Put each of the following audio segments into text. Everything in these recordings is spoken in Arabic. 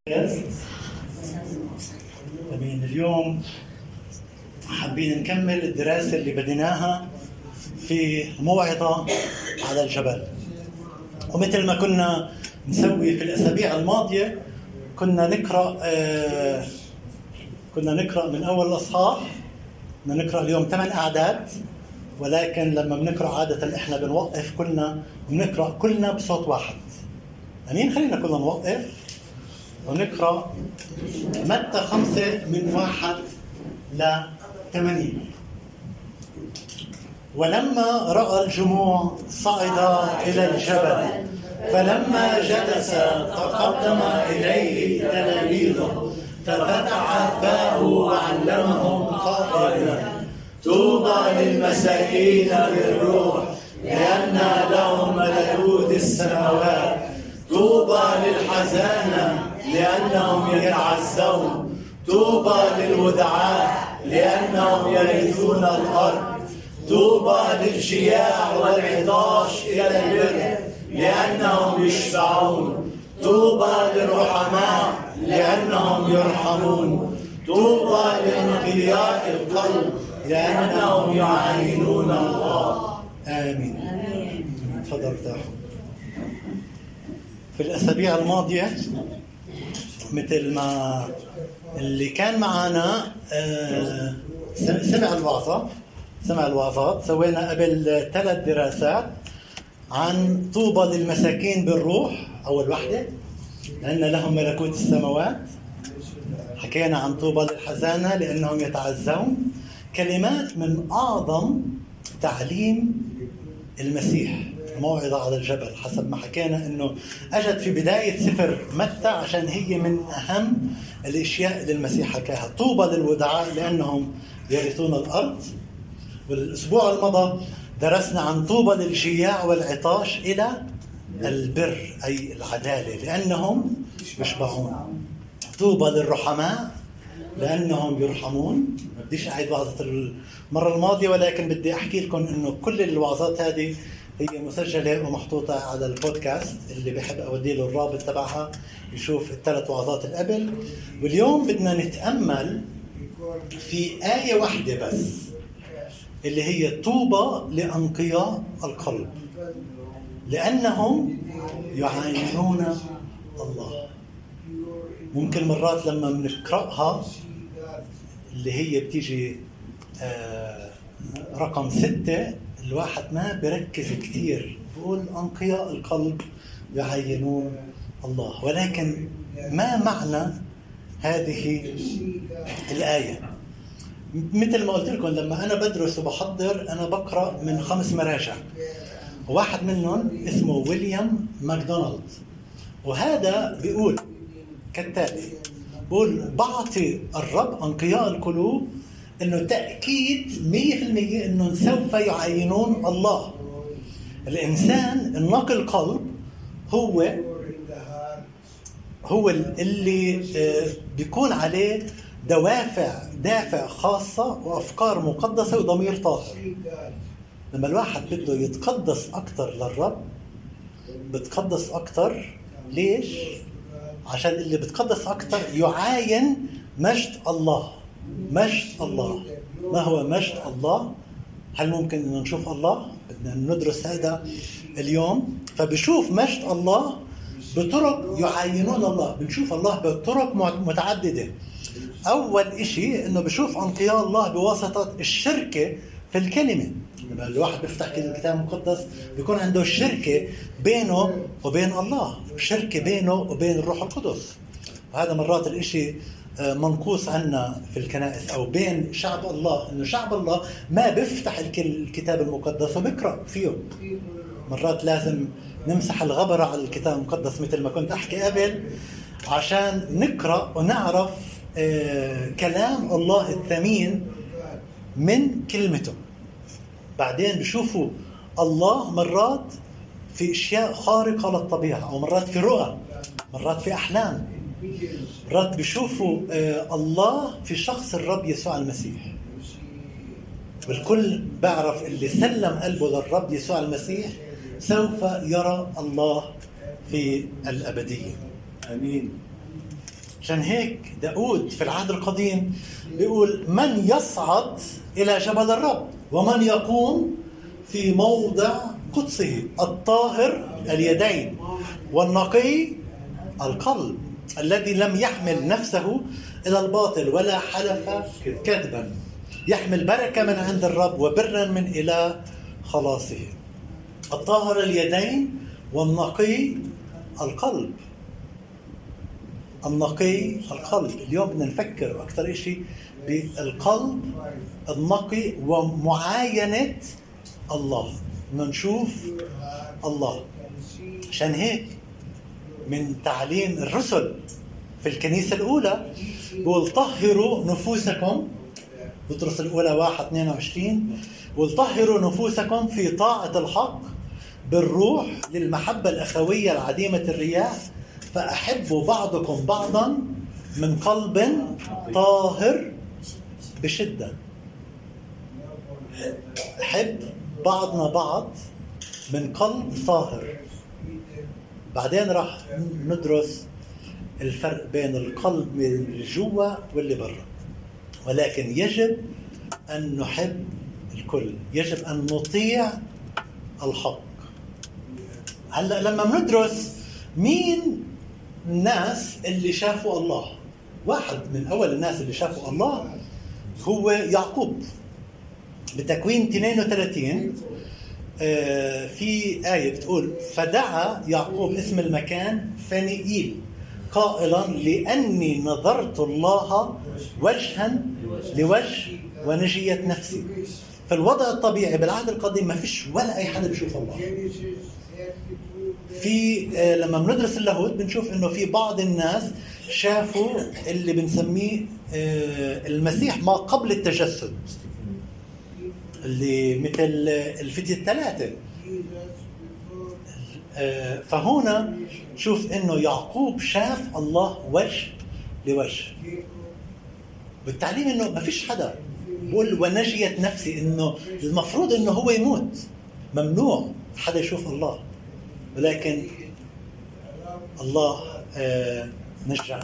امين. اليوم حابين نكمل الدراسة اللي بديناها في موعظة على الجبل، ومثل ما كنا نسوي في الأسابيع الماضية كنا نقرأ من أول الأصحاح. بدنا نقرأ اليوم 8 أعداد، ولكن لما بنقرأ عادة إحنا بنوقف بنقرأ كلنا بصوت واحد. امين. خلينا كلنا نوقف ونقرأ متى 5 من 1 ل8. ولما رأى الجموع صعد إلى الجبل، فلما جلس تقدم إليه تلاميذه ففتح فاه وعلمهم قائلا: طوبى للمساكين بالروح، لأن لهم ملكوت السماوات. طوبى للحزانة، لأنهم يتعزون. طوبى للودعاء، لأنهم يرثون الأرض. طوبى للجياع والعطاش إلى البر، لأنهم يشبعون. طوبى للرحماء، لأنهم يرحمون. طوبى لأنقياء القلب، لأنهم يعاينون الله. آمين. تفضل ارتاحوا. في الأسابيع الماضية مثل ما اللي كان معنا سمع الوعظات. سوينا قبل 3 دراسات عن طوبى للمساكين بالروح، أول وحدة لأن لهم ملكوت السماوات. حكينا عن طوبى للحزانة لأنهم يتعزون. كلمات من أعظم تعليم المسيح، موعظة على الجبل، حسب ما حكينا انه اجت في بداية سفر متى عشان هي من اهم الاشياء اللي المسيح حكاها. طوبى للودعاء لانهم يرثون الارض. والاسبوع الماضي درسنا عن طوبى للجياع والعطاش الى البر، اي العدالة، لانهم يشبعون. طوبى للرحماء لانهم يرحمون. ما بديش اعيد وعظة المرة الماضية، ولكن بدي احكي لكم انه كل الوعظات هذه هي مسجلة ومحطوطة على البودكاست، اللي بحب أودي له الرابط تبعها يشوف ال3 وعظات اللي قبل. واليوم بدنا نتأمل في آية واحدة بس، اللي هي طوبى لأنقياء القلب لأنهم يعاينون الله. ممكن مرات لما بنقرأها اللي هي بتيجي رقم 6 الواحد ما بركز كثير، بقول أنقياء القلب يعاينون الله، ولكن ما معنى هذه الآية؟ مثل ما قلت لكم لما أنا بدرس وبحضر أنا بقرأ من 5 مراجع، وواحد منهم اسمه ويليام ماكدونالد، وهذا بيقول كالتالي: بقول بعطي الرب أنقياء القلوب انه تأكيد 100% انه سوف يعاينون الله. الانسان النقي القلب هو اللي بيكون عليه دافع خاصة وافكار مقدسة وضمير طاهر. لما الواحد بده يتقدس اكتر للرب بتقدس اكتر. ليش؟ عشان اللي بتقدس اكتر يعاين مجد الله. مجد الله. ما هو مجد الله؟ هل ممكن أن نشوف الله؟ بدنا ندرس هذا اليوم. فبشوف مجد الله بطرق يعاينون الله. بنشوف الله بطرق متعددة. أول إشي أنه بشوف أنقياء الله بواسطة الشركة في الكلمة. لما الواحد بيفتح الكتاب المقدس بيكون عنده الشركة بينه وبين الله، شركة بينه وبين الروح القدس. وهذا مرات الإشي منقوص عنا في الكنائس أو بين شعب الله، إنه شعب الله ما بيفتح الكتاب المقدس وبيقرأ فيه. مرات لازم نمسح الغبرة على الكتاب المقدس مثل ما كنت أحكي قبل، عشان نقرأ ونعرف كلام الله الثمين من كلمته. بعدين بشوفوا الله مرات في أشياء خارقة للطبيعة، أو مرات في رؤى، مرات في أحلام، مرات بيشوفوا الله في شخص الرب يسوع المسيح. والكل بعرف اللي سلم قلبه للرب يسوع المسيح سوف يرى الله في الأبدية. آمين. عشان هيك داود في العهد القديم بيقول من يصعد إلى جبل الرب ومن يقوم في موضع قدسه الطاهر اليدين والنقي القلب الذي لم يحمل نفسه إلى الباطل ولا حلف كذبا يحمل بركة من عند الرب وبرا من إله خلاصه. الطاهر اليدين والنقي القلب. النقي القلب. اليوم بدنا نفكر أكثر إشي بالقلب النقي ومعاينة الله، بدنا نشوف الله. عشان هيك من تعليم الرسل في الكنيسة الأولى بقول طهروا نفوسكم، بطرس الأولى 1:22 بقول طهروا نفوسكم في طاعة الحق بالروح للمحبة الأخوية العديمة الرياء، فأحبوا بعضكم بعضا من قلب طاهر بشدة. حب بعضنا بعض من قلب طاهر. بعدين راح ندرس الفرق بين القلب اللي جوا واللي برا، ولكن يجب أن نحب الكل، يجب أن نطيع الحق. هلأ لما بندرس مين الناس اللي شافوا الله، واحد من أول الناس اللي شافوا الله هو يعقوب. بتكوين 32 في آية بتقول فدعا يعقوب اسم المكان فنيئيل قائلا لأني نظرت الله وجها لوجه ونجيت نفسي. في الوضع الطبيعي بالعهد القديم ما فيش ولا أي حدا بيشوف الله. في لما بندرس اللاهوت بنشوف إنه في بعض الناس شافوا اللي بنسميه المسيح ما قبل التجسد، اللي مثل الفدية الثلاثة. فهنا شوف إنه يعقوب شاف الله وجه لوجه. بالتعليم إنه ما فيش حدا بقول ونجيت نفسي، إنه المفروض إنه هو يموت، ممنوع حدا يشوف الله، ولكن الله نجى.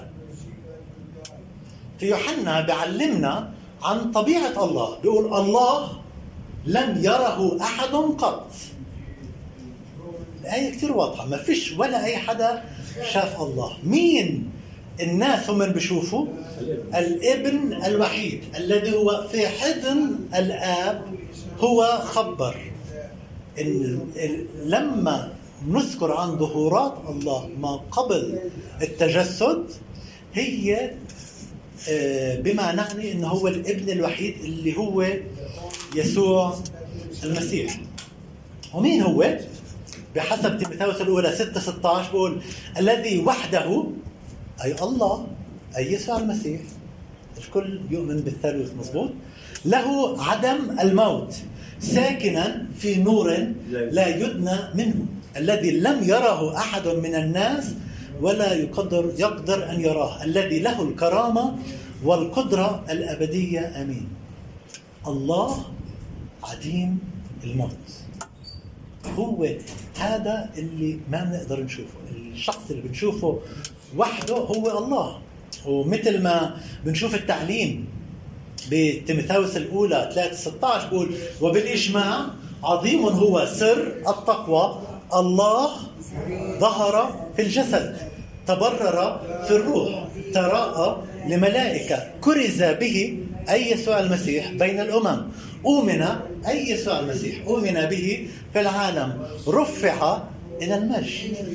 في يوحنا بيعلمنا عن طبيعة الله، بيقول الله لم يره أحد قط. الآية كتير واضحة، ما فيش ولا أي حدا شاف الله. مين الناس هم اللي بيشوفوا؟ الابن الوحيد الذي هو في حضن الآب. هو خبر إن لما نذكر عن ظهورات الله ما قبل التجسد هي بما نعني إنه هو الابن الوحيد اللي هو يسوع المسيح. ومين هو؟ بحسب تيموثاوس الأولى 6:16 بقول الذي وحده أي الله أي يسوع المسيح، الكل يؤمن بالثالوث مظبوط، له عدم الموت ساكنا في نور لا يدنى منه، الذي لم يره أحد من الناس ولا يقدر أن يراه، الذي له الكرامة والقدرة الأبدية. آمين. الله عديم الموت، هو هذا اللي ما بنقدر نشوفه. الشخص اللي بنشوفه وحده هو الله. ومثل ما بنشوف التعليم بتيموثاوس الأولى 3:16 بقول وبالإجماع عظيم هو سر التقوى، الله ظهر في الجسد، تبرر في الروح، تراءى لملائكة، كرز به أي يسوع المسيح بين الأمم، أؤمن أي يسوع المسيح أؤمن به في العالم، رفع إلى المجد.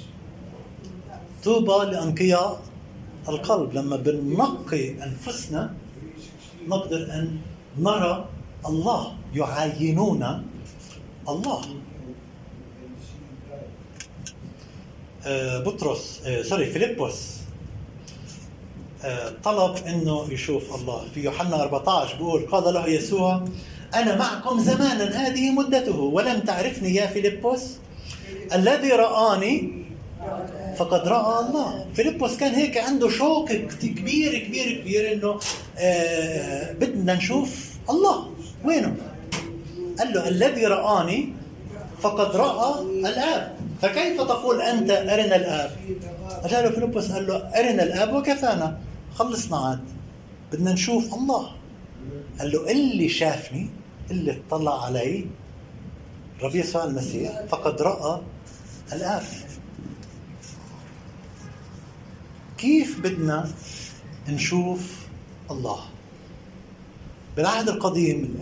طوبى لأنقياء القلب. لما بننقي أنفسنا نقدر أن نرى الله، يعاينون الله. فيلبس طلب انه يشوف الله. في يوحنا 14 بيقول قال له يسوع انا معكم زمانا هذه مدته ولم تعرفني يا فيلبس، الذي رآني فقد رأى الله. فيلبس كان هيك عنده شوق كبير كبير كبير انه بدنا نشوف الله وينه. قال له الذي رآني فقد رأى الآب، فكيف تقول أنت أرنا الآب؟ أجا له فيلبس قال له أرنا الآب وكفانا، خلصنا عاد، بدنا نشوف الله. قال له اللي شافني، اللي اطلع علي رب يسوع المسيح فقد رأى الآب. كيف بدنا نشوف الله؟ بالعهد القديم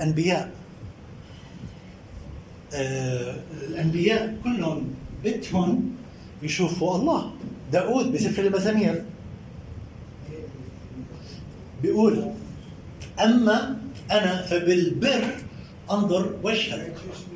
الأنبياء كلهم بدهم يشوفوا الله. داود بسفر المزامير بيقول أما أنا فبالبر أنظر وجهك،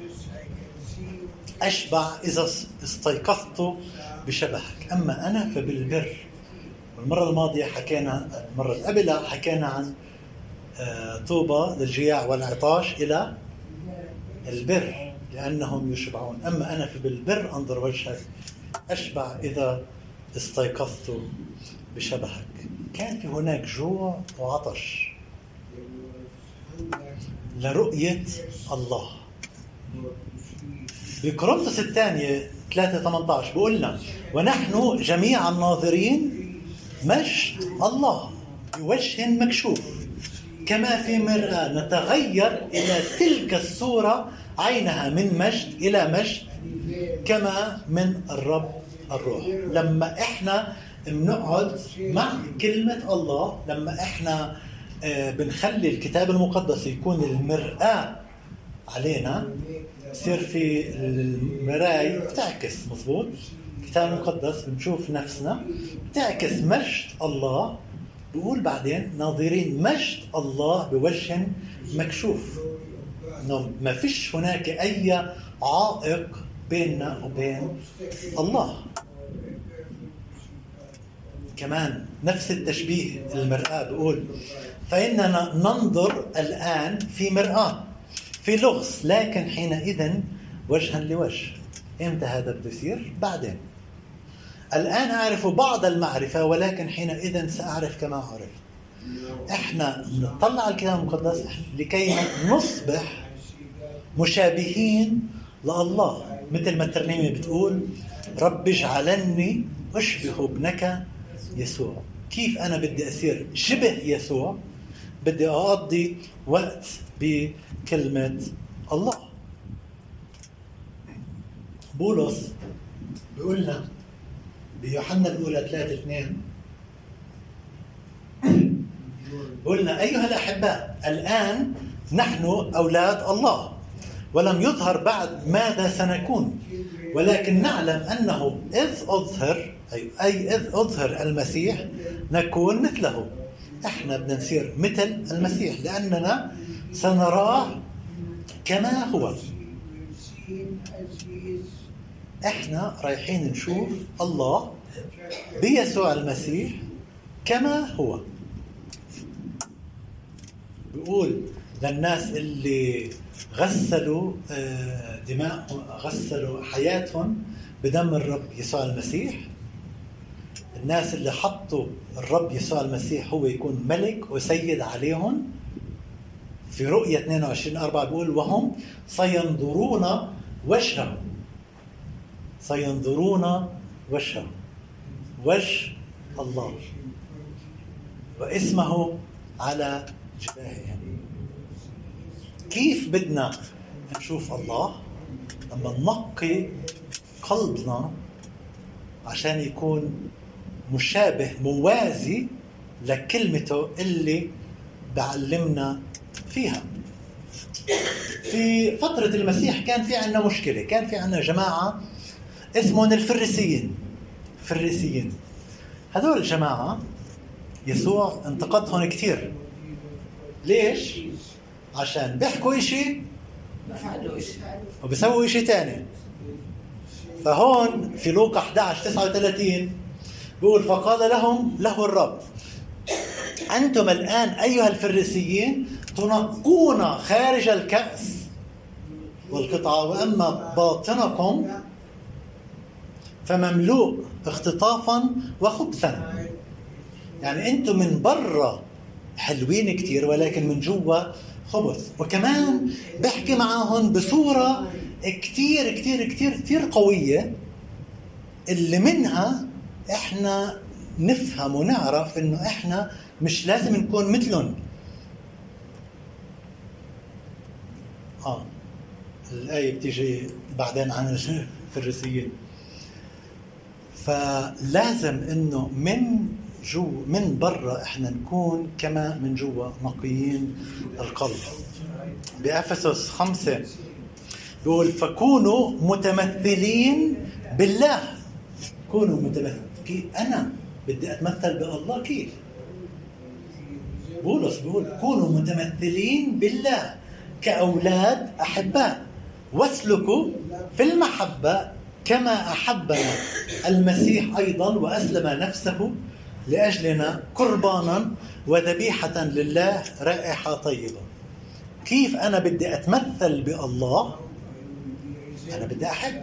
أشبع إذا استيقظت بشبهك. أما أنا فبالبر. والمرة الماضية حكينا، المرة اللي قبلها حكينا عن طوبى للجياع والعطاش إلى البر لأنهم يشبعون. أما أنا فبالبر أنظر وجهك، أشبع إذا استيقظت بشبهك. كان في هناك جوع وعطش لرؤية الله. بكورنثوس الثانية 3:18 بيقولنا ونحن جميعا ناظرين مجد الله بوجه مكشوف كما في مرآة نتغير إلى تلك الصورة عينها من مجد إلى مجد كما من الرب الروح. لما احنا بنقعد مع كلمة الله، لما احنا بنخلي الكتاب المقدس يكون المرآة علينا، يصير في المراية بتعكس مظبوط الكتاب المقدس، بنشوف نفسنا بتعكس مجد الله. بقول بعدين ناظرين مجد الله بوجه مكشوف، انه ما فيش هناك اي عائق بيننا وبين الله. كمان نفس التشبيه المرآة بقول فإننا ننظر الآن في مرآة في لغز لكن حينئذ وجها لوجه. امتى هذا بده يصير؟ بعدين. الآن أعرف بعض المعرفة ولكن حينئذ سأعرف كما عرف. احنا نطلع على الكتاب المقدس لكي نصبح مشابهين لله، مثل ما الترنيمة بتقول رب اجعلني أشبه ابنك يسوع. كيف أنا بدي أصير شبه يسوع؟ بدي أقضي وقت بكلمة الله. بولس بيقولنا بيوحنا الأولى 3:2 بيقولنا أيها الأحباء الآن نحن أولاد الله ولم يظهر بعد ماذا سنكون، ولكن نعلم أنه إذ أظهر المسيح نكون مثله. احنا بدنا نصير مثل المسيح لأننا سنراه كما هو. احنا رايحين نشوف الله بيسوع المسيح كما هو. بيقول للناس اللي غسلوا دماءهم، غسلوا حياتهم بدم الرب يسوع المسيح، الناس اللي حطوا الرب يسوع المسيح هو يكون ملك وسيد عليهم، في رؤية 22:4 بيقول وهم سينظرون وجهه، سينظرون وجهه، وجه الله واسمه على جباههم. كيف بدنا نشوف الله؟ لما ننقي قلبنا عشان يكون مشابه موازي لكلمته اللي بعلمنا فيها. في فترة المسيح كان في عنا مشكلة، كان في عنا جماعة اسمهم الفريسيين. فريسيين هذول الجماعة يسوع انتقدهم كتير. ليش؟ عشان بيحكوا إشي وبيسووا إشي تاني. فهون في لوقا 11:39 بيقول فقال له الرب أنتم الآن أيها الفريسيين تنقون خارج الكأس والقطعة وأما باطنكم فمملوء اختطافا وخبثا. يعني أنتم من برا حلوين كتير ولكن من جوا خبث. وكمان بحكي معهم بصورة كتير كتير كتير كتير قوية اللي منها احنا نفهم ونعرف انه احنا مش لازم نكون مثلهم. الآية بتيجي بعدين عن الفريسيين. فلازم انه من برا احنا نكون كما من جوا نقيين القلب. بأفسس 5 بيقول فكونوا متمثلين بالله. كونوا متمثلين. أنا بدي أتمثل بالله كيف؟ بولس بيقول كونوا متمثلين بالله كأولاد أحباء واسلكوا في المحبة كما أحبنا المسيح أيضا وأسلم نفسه لأجلنا قربانا وذبيحة لله رائحة طيبة. كيف أنا بدي أتمثل بالله؟ أنا بدي أحب.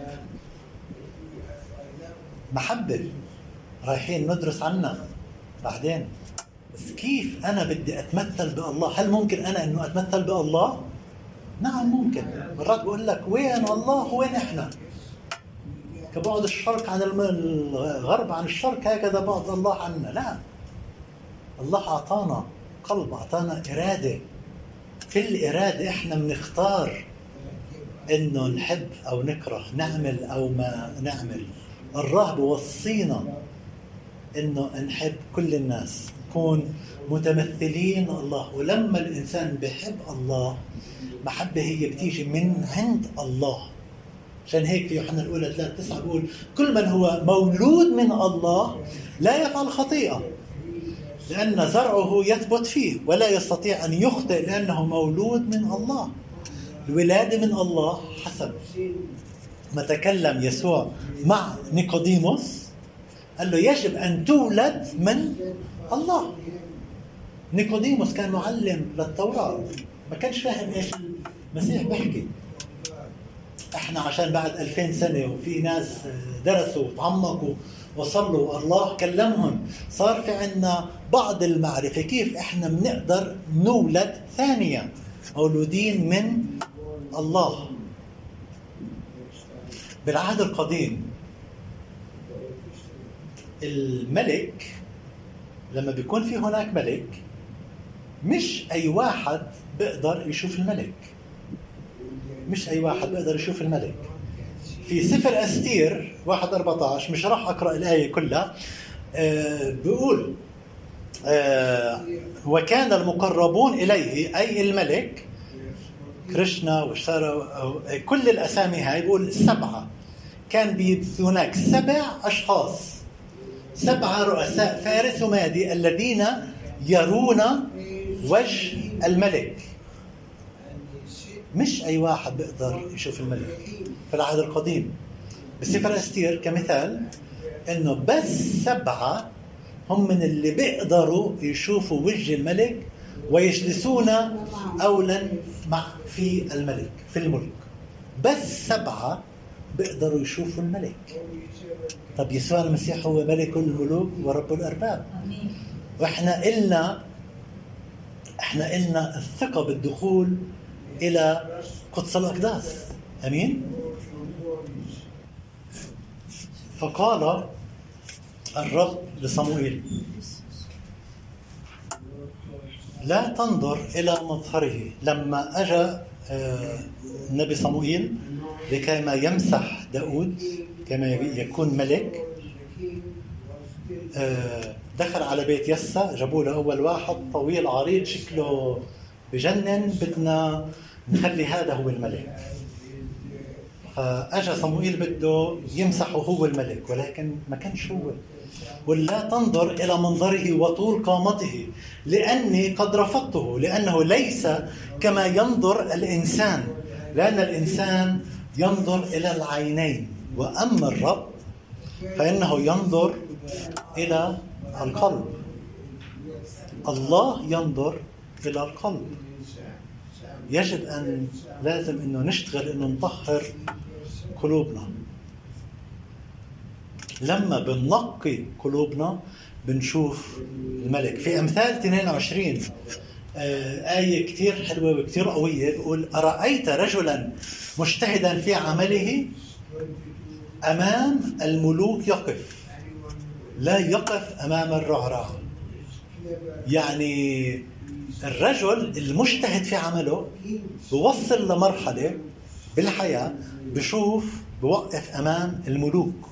محبة رايحين ندرس عنها بعدين. بس كيف أنا بدي أتمثل بالله؟ هل ممكن أنا أنه أتمثل بالله؟ نعم ممكن. مرات بقول لك وين الله وين إحنا؟ كبعد الشرق عن الغرب عن الشرق هكذا بعد الله عنا. لا، الله أعطانا قلب، أعطانا إرادة. في الإرادة إحنا بنختار إنه نحب أو نكره، نعمل أو ما نعمل. الرب وصينا إنه نحب كل الناس، نكون متمثلين الله. ولما الإنسان بحب الله، محبة هي بتيجي من عند الله. عشان هيك في يوحنا الأولى 3:9 بيقول كل من هو مولود من الله لا يفعل خطيئة لأن زرعه يثبت فيه ولا يستطيع أن يخطئ لأنه مولود من الله. الولادة من الله حسب ما تكلم يسوع مع نيقوديموس، قال له يجب أن تولد من الله. نيقوديموس كان معلم للتوراة، ما كانش فاهم إيش المسيح بيحكي. احنا عشان بعد 2000 سنة وفي ناس درسوا وتعمقوا وصلوا الله كلمهم، صار في عنا بعض المعرفة كيف احنا بنقدر نولد ثانيا، مولودين من الله. بالعهد القديم الملك لما بيكون في هناك ملك، مش أي واحد بيقدر يشوف الملك. مش أي واحد بيقدر يشوف الملك. في سفر أستير 1:14، مش راح أقرأ الآية كلها، بيقول وكان المقربون إليه أي الملك كريشنا وشارا، كل الأسامي هاي بيقول 7. كان هناك 7 أشخاص، 7 رؤساء فارس ومادي الذين يرون وجه الملك. مش أي واحد بيقدر يشوف الملك في العهد القديم. بسفر أستير كمثال إنه بس 7 هم من اللي بيقدروا يشوفوا وجه الملك ويجلسون أولا في الملك في الملك. بس 7 بيقدروا يشوفوا الملك. طب يسوع المسيح هو ملك الملوك ورب الأرباب، وإحنا إلنا الثقة بالدخول إلى قدس الأقداس. أمين. فقال الرب لصموئيل لا تنظر إلى مظهره. لما أجى النبي صموئيل لكيما يمسح داود كما يكون ملك، دخل على بيت يسى، جابوا له أول واحد طويل عريض شكله بجنن، بدنا نخلي هذا هو الملك. فأجى صموئيل بده يمسحه هو الملك، ولكن ما كانش هو. ولا تنظر إلى منظره وطول قامته لأني قد رفضته، لأنه ليس كما ينظر الإنسان، لأن الإنسان ينظر إلى العينين، وأما الرب فإنه ينظر إلى القلب. الله ينظر إلى القلب. يجب لازم إنه نشتغل إنه نطهر قلوبنا. لما بننقي قلوبنا بنشوف الملك. في أمثال 22 آية كتير حلوة وكتير قوية، بيقول أرأيت رجلا مجتهدا في عمله أمام الملوك يقف. لا يقف أمام الرعرع. يعني الرجل المجتهد في عمله بوصل لمرحلة بالحياة بوقف أمام الملوك،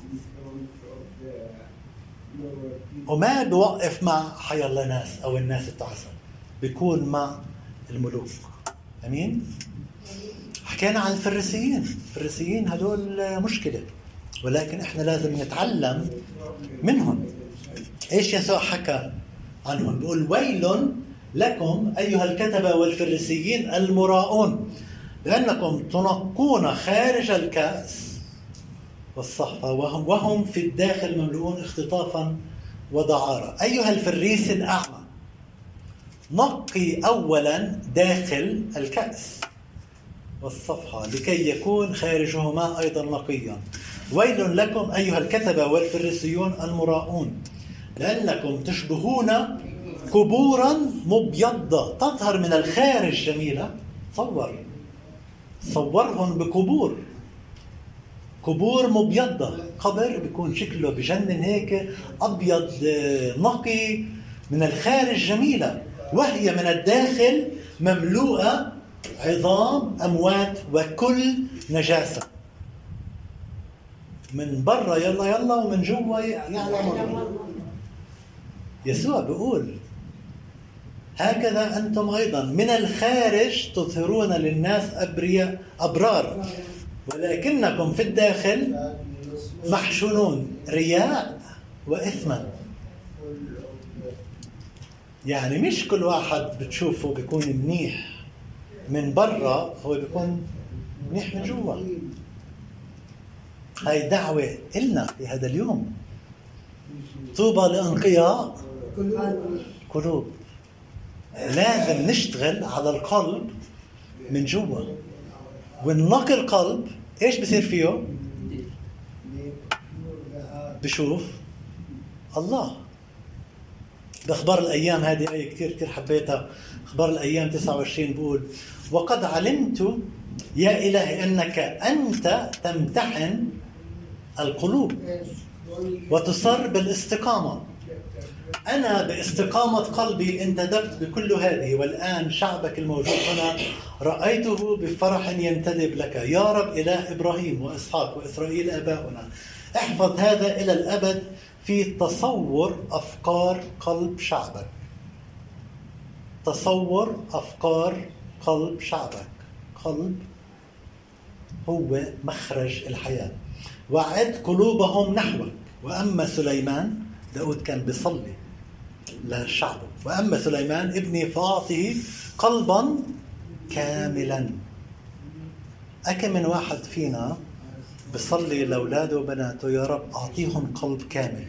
وما بوقف مع حي الله ناس أو الناس التعسل، بيكون مع الملوك. أمين. حكينا عن الفريسيين هدول مشكلة، ولكن إحنا لازم نتعلم منهم. إيش يسوع حكى عنهم؟ بيقول ويل لكم أيها الكتبة والفريسيين المراؤون، لأنكم تنقون خارج الكأس والصحفة وهم في الداخل مملؤون اختطافا ودعارة. أيها الفريس الأعمى، نقي أولا داخل الكأس والصفحة لكي يكون خارجهما أيضا نقيا. ويل لكم أيها الكتبة والفريسيون المراؤون، لأنكم تشبهون قبورا مبيضة تظهر من الخارج جميلة. صورهم قبور مبيضة. قبر بيكون شكله بجنن هيك أبيض نقي من الخارج جميلة، وهي من الداخل مملوءة عظام أموات وكل نجاسة. من برا يلا ومن جوا يعلم. يسوع بيقول هكذا أنتم أيضا من الخارج تظهرون للناس أبرار، ولكنكم في الداخل محشونون رياء وإثما. يعني مش كل واحد بتشوفه بيكون منيح من برا هو بيكون منيح من جوا. هاي دعوة إلنا في هذا اليوم. طوبى لأنقياء قلوب. لازم نشتغل على القلب من جوا، وننقي القلب. ايش بصير فيه؟ بشوف الله. بأخبار الأيام هذه آية كتير حبيتها. أخبار الأيام 29 بقول وقد علمت يا إلهي أنت تمتحن القلوب وتصر بالاستقامة. أنا باستقامة قلبي انتدبت بكل هذه، والآن شعبك الموجود هنا رأيته بفرح ينتدب لك يا رب إله إبراهيم وإسحاق وإسرائيل آباؤنا. احفظ هذا إلى الأبد في تصور أفكار قلب شعبك. تصور أفكار قلب شعبك. قلب هو مخرج الحياة. وعد قلوبهم نحوك. وأما سليمان، داود كان بيصلي لشعبه، وأما سليمان ابني فأعطه قلبا كاملا. أكم من واحد فينا بيصلي لأولاده وبناته يا رب أعطيهم قلب كامل،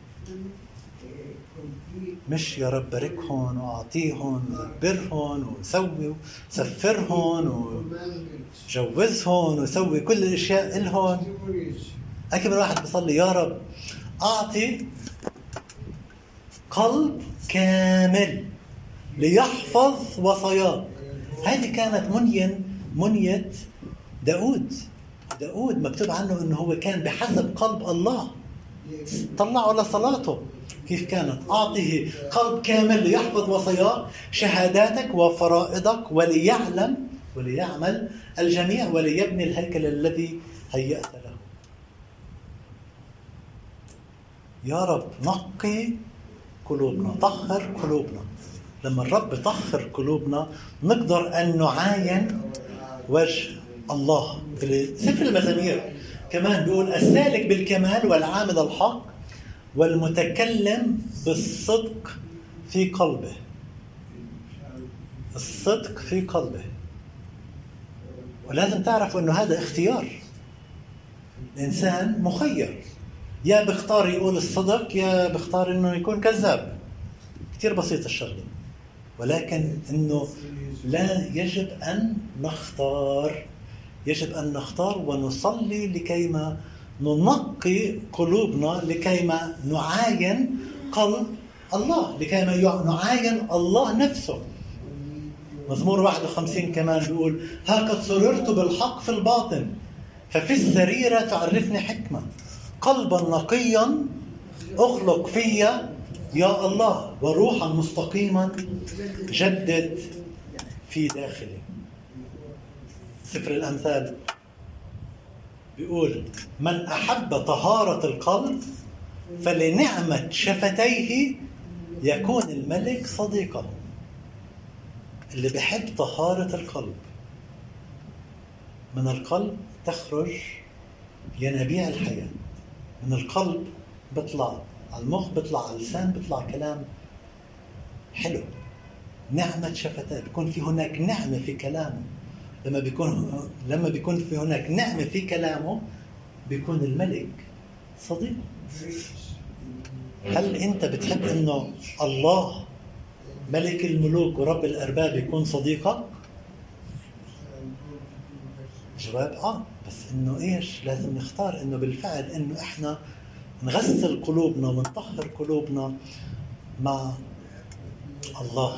مش يا رب باركهم وأعطيهم ودبرهم وسوي وسفرهم وجوزهم وسوي كل الأشياء إلهم. أكم من واحد بيصلي يا رب أعطي قلب كامل ليحفظ وصاياك. هذه كانت منية داود مكتوب عنه أنه هو كان بحسب قلب الله. طلعوا لصلاته كيف كانت. أعطيه قلب كامل ليحفظ وصاياك شهاداتك وفرائضك وليعمل الجميع وليبني الهيكل الذي هيأت له. يا رب نقي قلوبنا، طهر قلوبنا. لما الرب طهر قلوبنا نقدر أن نعاين وجه الله. في سفر المزامير كمان بيقول السالك بالكمال والعامل الحق والمتكلم بالصدق في قلبه. الصدق في قلبه. ولازم تعرف أنه هذا اختيار. الإنسان مخير، يا بختار يقول الصدق يا بختار أنه يكون كذاب. كتير بسيط الشغلة، ولكن أنه لا يجب أن نختار. يجب أن نختار ونصلي لكيما ننقي قلوبنا، لكيما نعاين قلب الله، لكيما نعاين الله نفسه. مزمور 51 كمان بيقول ها قد سررت بالحق في الباطن ففي السريرة تعرفني حكمة. قلبا نقيا اخلق فيا يا الله وروحا مستقيما جدد في داخلي. سفر الأمثال بيقول من أحب طهارة القلب فلنعمة شفتيه يكون الملك صديقه. اللي بيحب طهارة القلب، من القلب تخرج ينابيع الحياة. من القلب بيطلع على المخ، بيطلع على اللسان، بيطلع كلام حلو. نعمة شفتيه، بيكون في هناك نعمة في كلامه. لما بيكون في هناك نعمة في كلامه بيكون الملك صديق. هل أنت بتحب إنه الله ملك الملوك ورب الأرباب يكون صديقك؟ جواب بس إنه إيش؟ لازم نختار إنه بالفعل إنه إحنا نغسل قلوبنا ونطهر قلوبنا مع الله.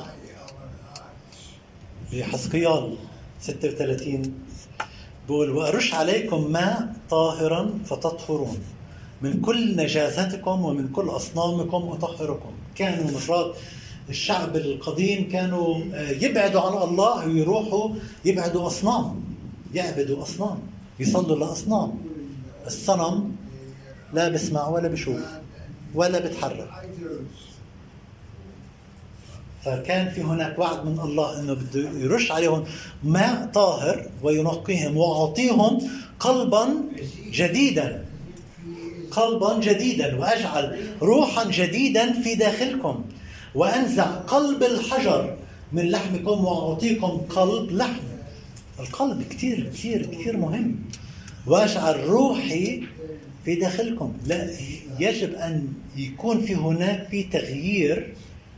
بحزقيال 36 بقول وأرش عليكم ماء طاهرا فتطهرون من كل نجاستكم ومن كل أصنامكم أطهركم. كانوا مرات الشعب القديم كانوا يبعدوا عن الله ويروحوا يبعدوا أصنام، يعبدوا أصنام، يصلوا لأصنام. الصنم لا بسمع ولا بشوف ولا بتحرك. فكان في هناك وعد من الله انه بده يرش عليهم ماء طاهر وينقيهم ويعطيهم قلبا جديدا، قلبا جديدا، واجعل روحا جديدا في داخلكم وانزع قلب الحجر من لحمكم واعطيكم قلب لحم. القلب كثير كثير كثير مهم. واجعل روحي في داخلكم. لا، يجب ان يكون في هناك في تغيير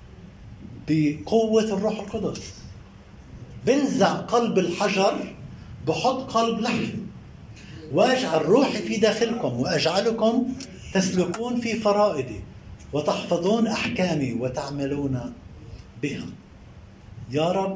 بقوة الروح القدس. بنزع قلب الحجر بحط قلب لحم. واجعل روحي في داخلكم واجعلكم تسلكون في فرائدي وتحفظون احكامي وتعملون بها. يا رب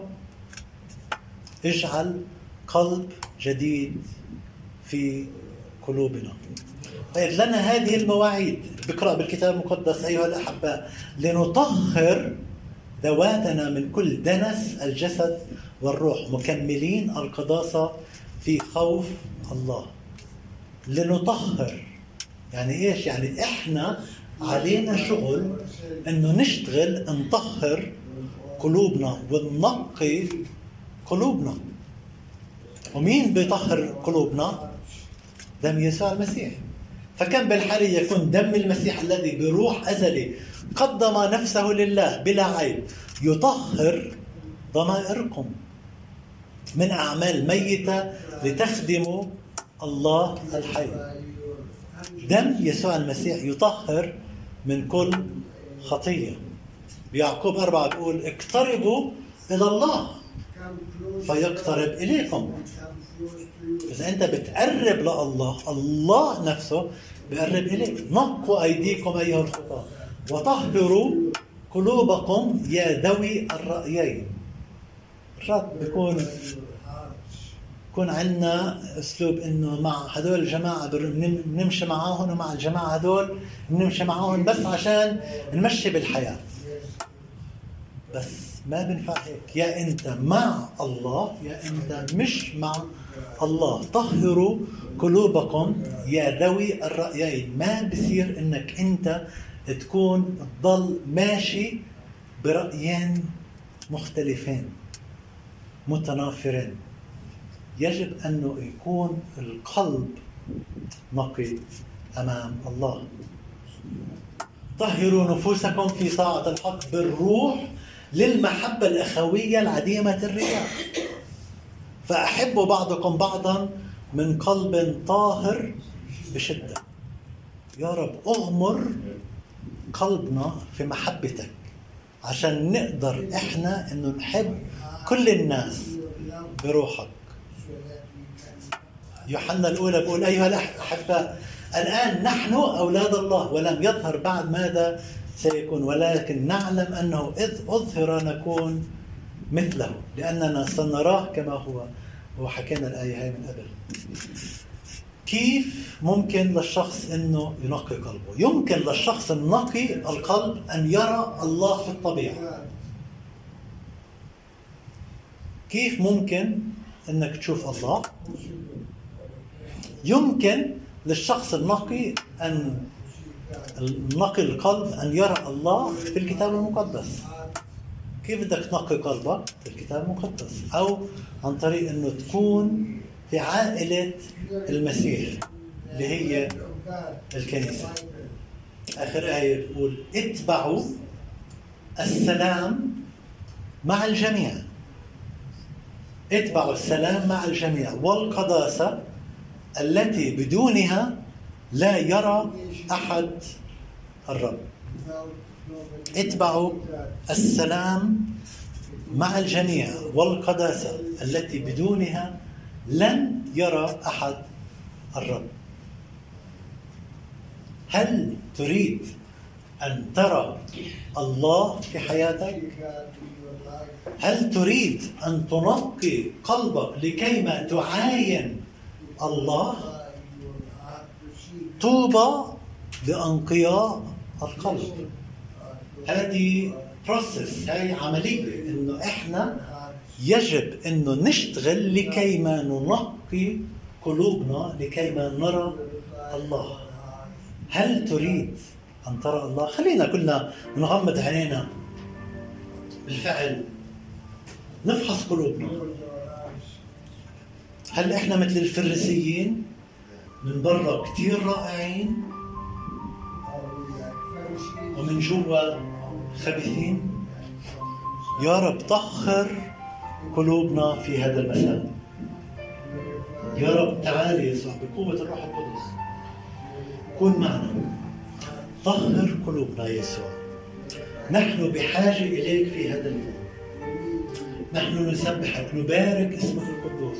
اجعل قلب جديد في قلوبنا. طيب لنا هذه المواعيد. بقرأ بالكتاب المقدس أيها الأحباء لنطهر ذواتنا من كل دنس الجسد والروح مكملين القداسة في خوف الله. لنطهر يعني إيش؟ يعني إحنا علينا شغل إنه نشتغل نطهر قلوبنا وننقي قلوبنا. ومين بيطهر قلوبنا؟ دم يسوع المسيح. فكم بالحري يكون دم المسيح الذي بروح أزلي قدم نفسه لله بلا عيب يطهر ضمائركم من أعمال ميتة لتخدموا الله الحي. دم يسوع المسيح يطهر من كل خطية. بيعقوب 4 بيقول اقتربوا إلى الله فيقترب إليكم. إذا أنت بتقرب لله، الله نفسه بيقرب إليك. نقوا أيديكم أيها الخطاة وطهروا قلوبكم يا ذوي الرأيين. مرات بيكون عندنا أسلوب إنه مع هدول الجماعة بنمشي معاهم ومع الجماعة هدول بنمشي معاهم بس عشان نمشي بالحياة. بس ما بنفع هيك. يا أنت مع الله يا أنت مش مع الله. طهروا قلوبكم يا ذوي الرأيين. ما بصير إنك أنت تكون تضل ماشي برأيين مختلفين متنافرين. يجب أنه يكون القلب نقي أمام الله. طهروا نفوسكم في طاعة الحق بالروح للمحبة الأخوية العديمة الرياء. فأحبوا بعضكم بعضا من قلب طاهر بشدة. يا رب أغمر قلبنا في محبتك عشان نقدر إحنا إنه نحب كل الناس بروحك. يوحنا الأولى بيقول أيها الأحباء الآن نحن أولاد الله ولم يظهر بعد ماذا سيكون، ولكن نعلم أنه إذ أظهر نكون مثله لأننا سنراه كما هو. وحكينا الآية هاي من قبل. كيف ممكن للشخص انه ينقي قلبه؟ يمكن للشخص النقي القلب ان يرى الله في الطبيعة. كيف ممكن انك تشوف الله؟ يمكن للشخص النقي القلب ان يرى الله في الكتاب المقدس. كيف بدك تنقي قلبك؟ في الكتاب المقدس، او عن طريق انه تكون في عائلة المسيح اللي هي الكنيسة. آخر آية بتقول اتبعوا السلام مع الجميع. اتبعوا السلام مع الجميع والقداسة التي بدونها لا يرى أحد الرب. اتبعوا السلام مع الجميع والقداسة التي بدونها لن يرى أحد الرب. هل تريد أن ترى الله في حياتك؟ هل تريد أن تنقي قلبك لكيما تعاين الله؟ طوبى لأنقياء القلب. هذه بروسس، هاي عملية إنه إحنا يجب إنه نشتغل لكيما ننقي قلوبنا لكيما نرى الله. هل تريد أن ترى الله؟ خلينا كلنا نغمض عينينا بالفعل نفحص قلوبنا. هل إحنا مثل الفريسيين من برا كتير رائعين ومن جوا خبيثين؟ يا رب طهر قلوبنا في هذا المساء. يا رب تعالي يسوع بقوة الروح القدس كن معنا، طهر قلوبنا يسوع. نحن بحاجة إليك في هذا اليوم. نحن نسبحك، نبارك اسمك القدوس.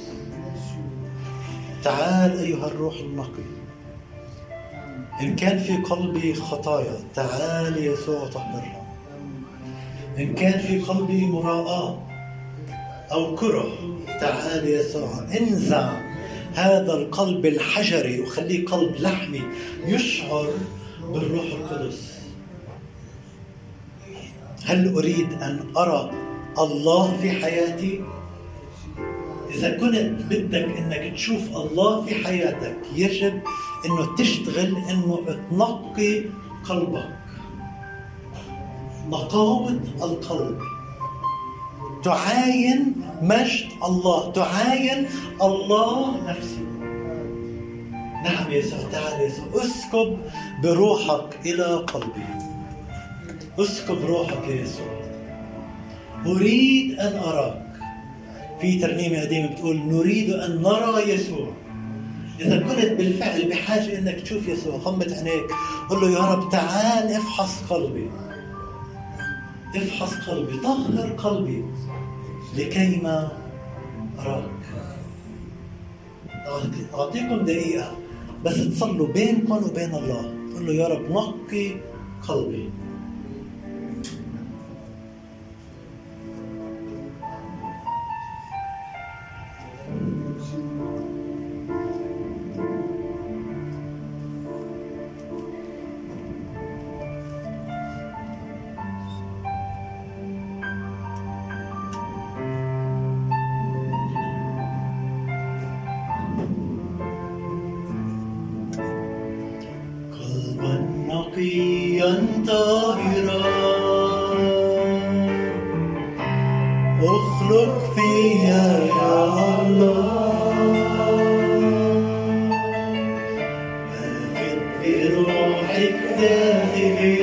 تعال أيها الروح النقي. إن كان في قلبي خطايا تعال يسوع طهرها. إن كان في قلبي مراءة أو كره تعال يسوع انزع هذا القلب الحجري وخليه قلب لحمي يشعر بالروح القدس. هل أريد أن أرى الله في حياتي؟ إذا كنت بدك إنك تشوف الله في حياتك يجب إنه تشتغل إنه تنقي قلبك. نقاوة القلب تعاين مجد الله، تعاين الله نفسه. نعم يسوع، تعال يسوع اسكب بروحك إلى قلبي. اسكب روحك يا يسوع. أريد أن أراك. في ترنيمة قديمة بتقول نريد أن نرى يسوع. إذا كنت بالفعل بحاجة إنك تشوف يسوع غمض عينيك قل له يا رب تعال افحص قلبي، افحص قلبي، طهر قلبي لكيما أراك. أعطيكم دقيقة بس تصلوا بينكم وبين الله، قل له يا رب نقي قلبي. نقيا طاهرا اخلق فيا يا الله، وافد بروحك داخلي،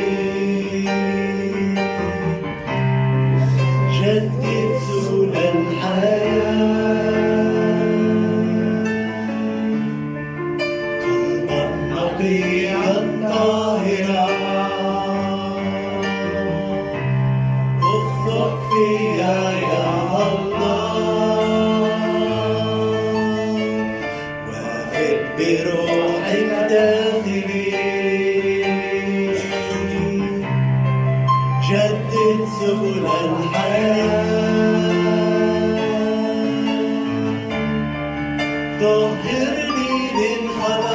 جدد سبل الحياة. قلبا نقيا طاهرا اخلق فيا يا الله، وافد بروحك داخلي، جدد سبل الحياة. طهرني من خطاياي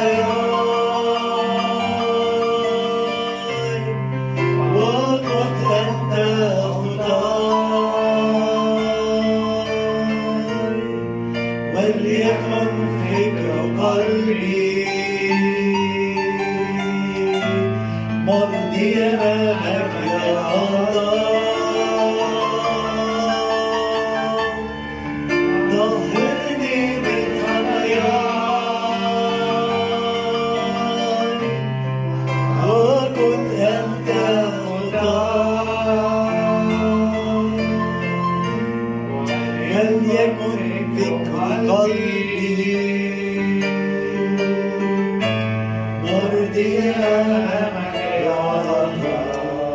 قلبي مرضيا يا الله.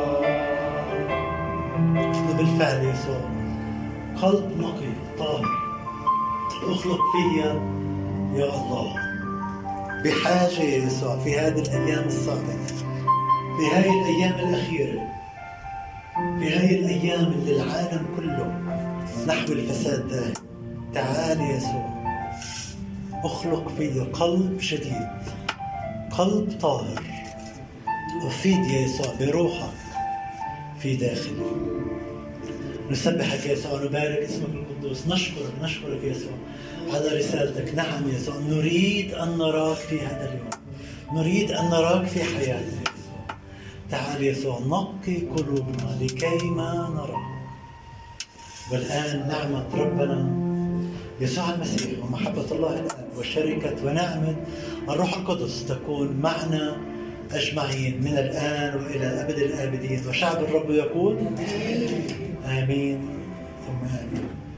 بالفعل يسوع قلب نقي طاهر اخلق فيا يا الله. بحاجة يا يسوع في هذه الأيام الصعبة، في هذه الأيام الأخيرة، في هذه الأيام اللي العالم كله نحو الفساد ده. تعال يا يسوع اخلق في قلب جديد، قلب طاهر، أفيد يا يسوع بروحك في داخلي. نسبحك يا يسوع، نبارك اسمك القدوس، نشكرك يا يسوع على رسالتك. نعم يا يسوع نريد أن نراك في هذا اليوم، نريد أن نراك في حياتنا يا يسوع. تعال يا يسوع نقي قلوبنا لكي ما نراك. والآن نعمة ربنا يسوع المسيح ومحبة الله الآب وشركة ونعمة الروح القدس تكون معنا أجمعين من الآن وإلى أبد الآبدين. وشعب الرب يقول آمين ثم آمين.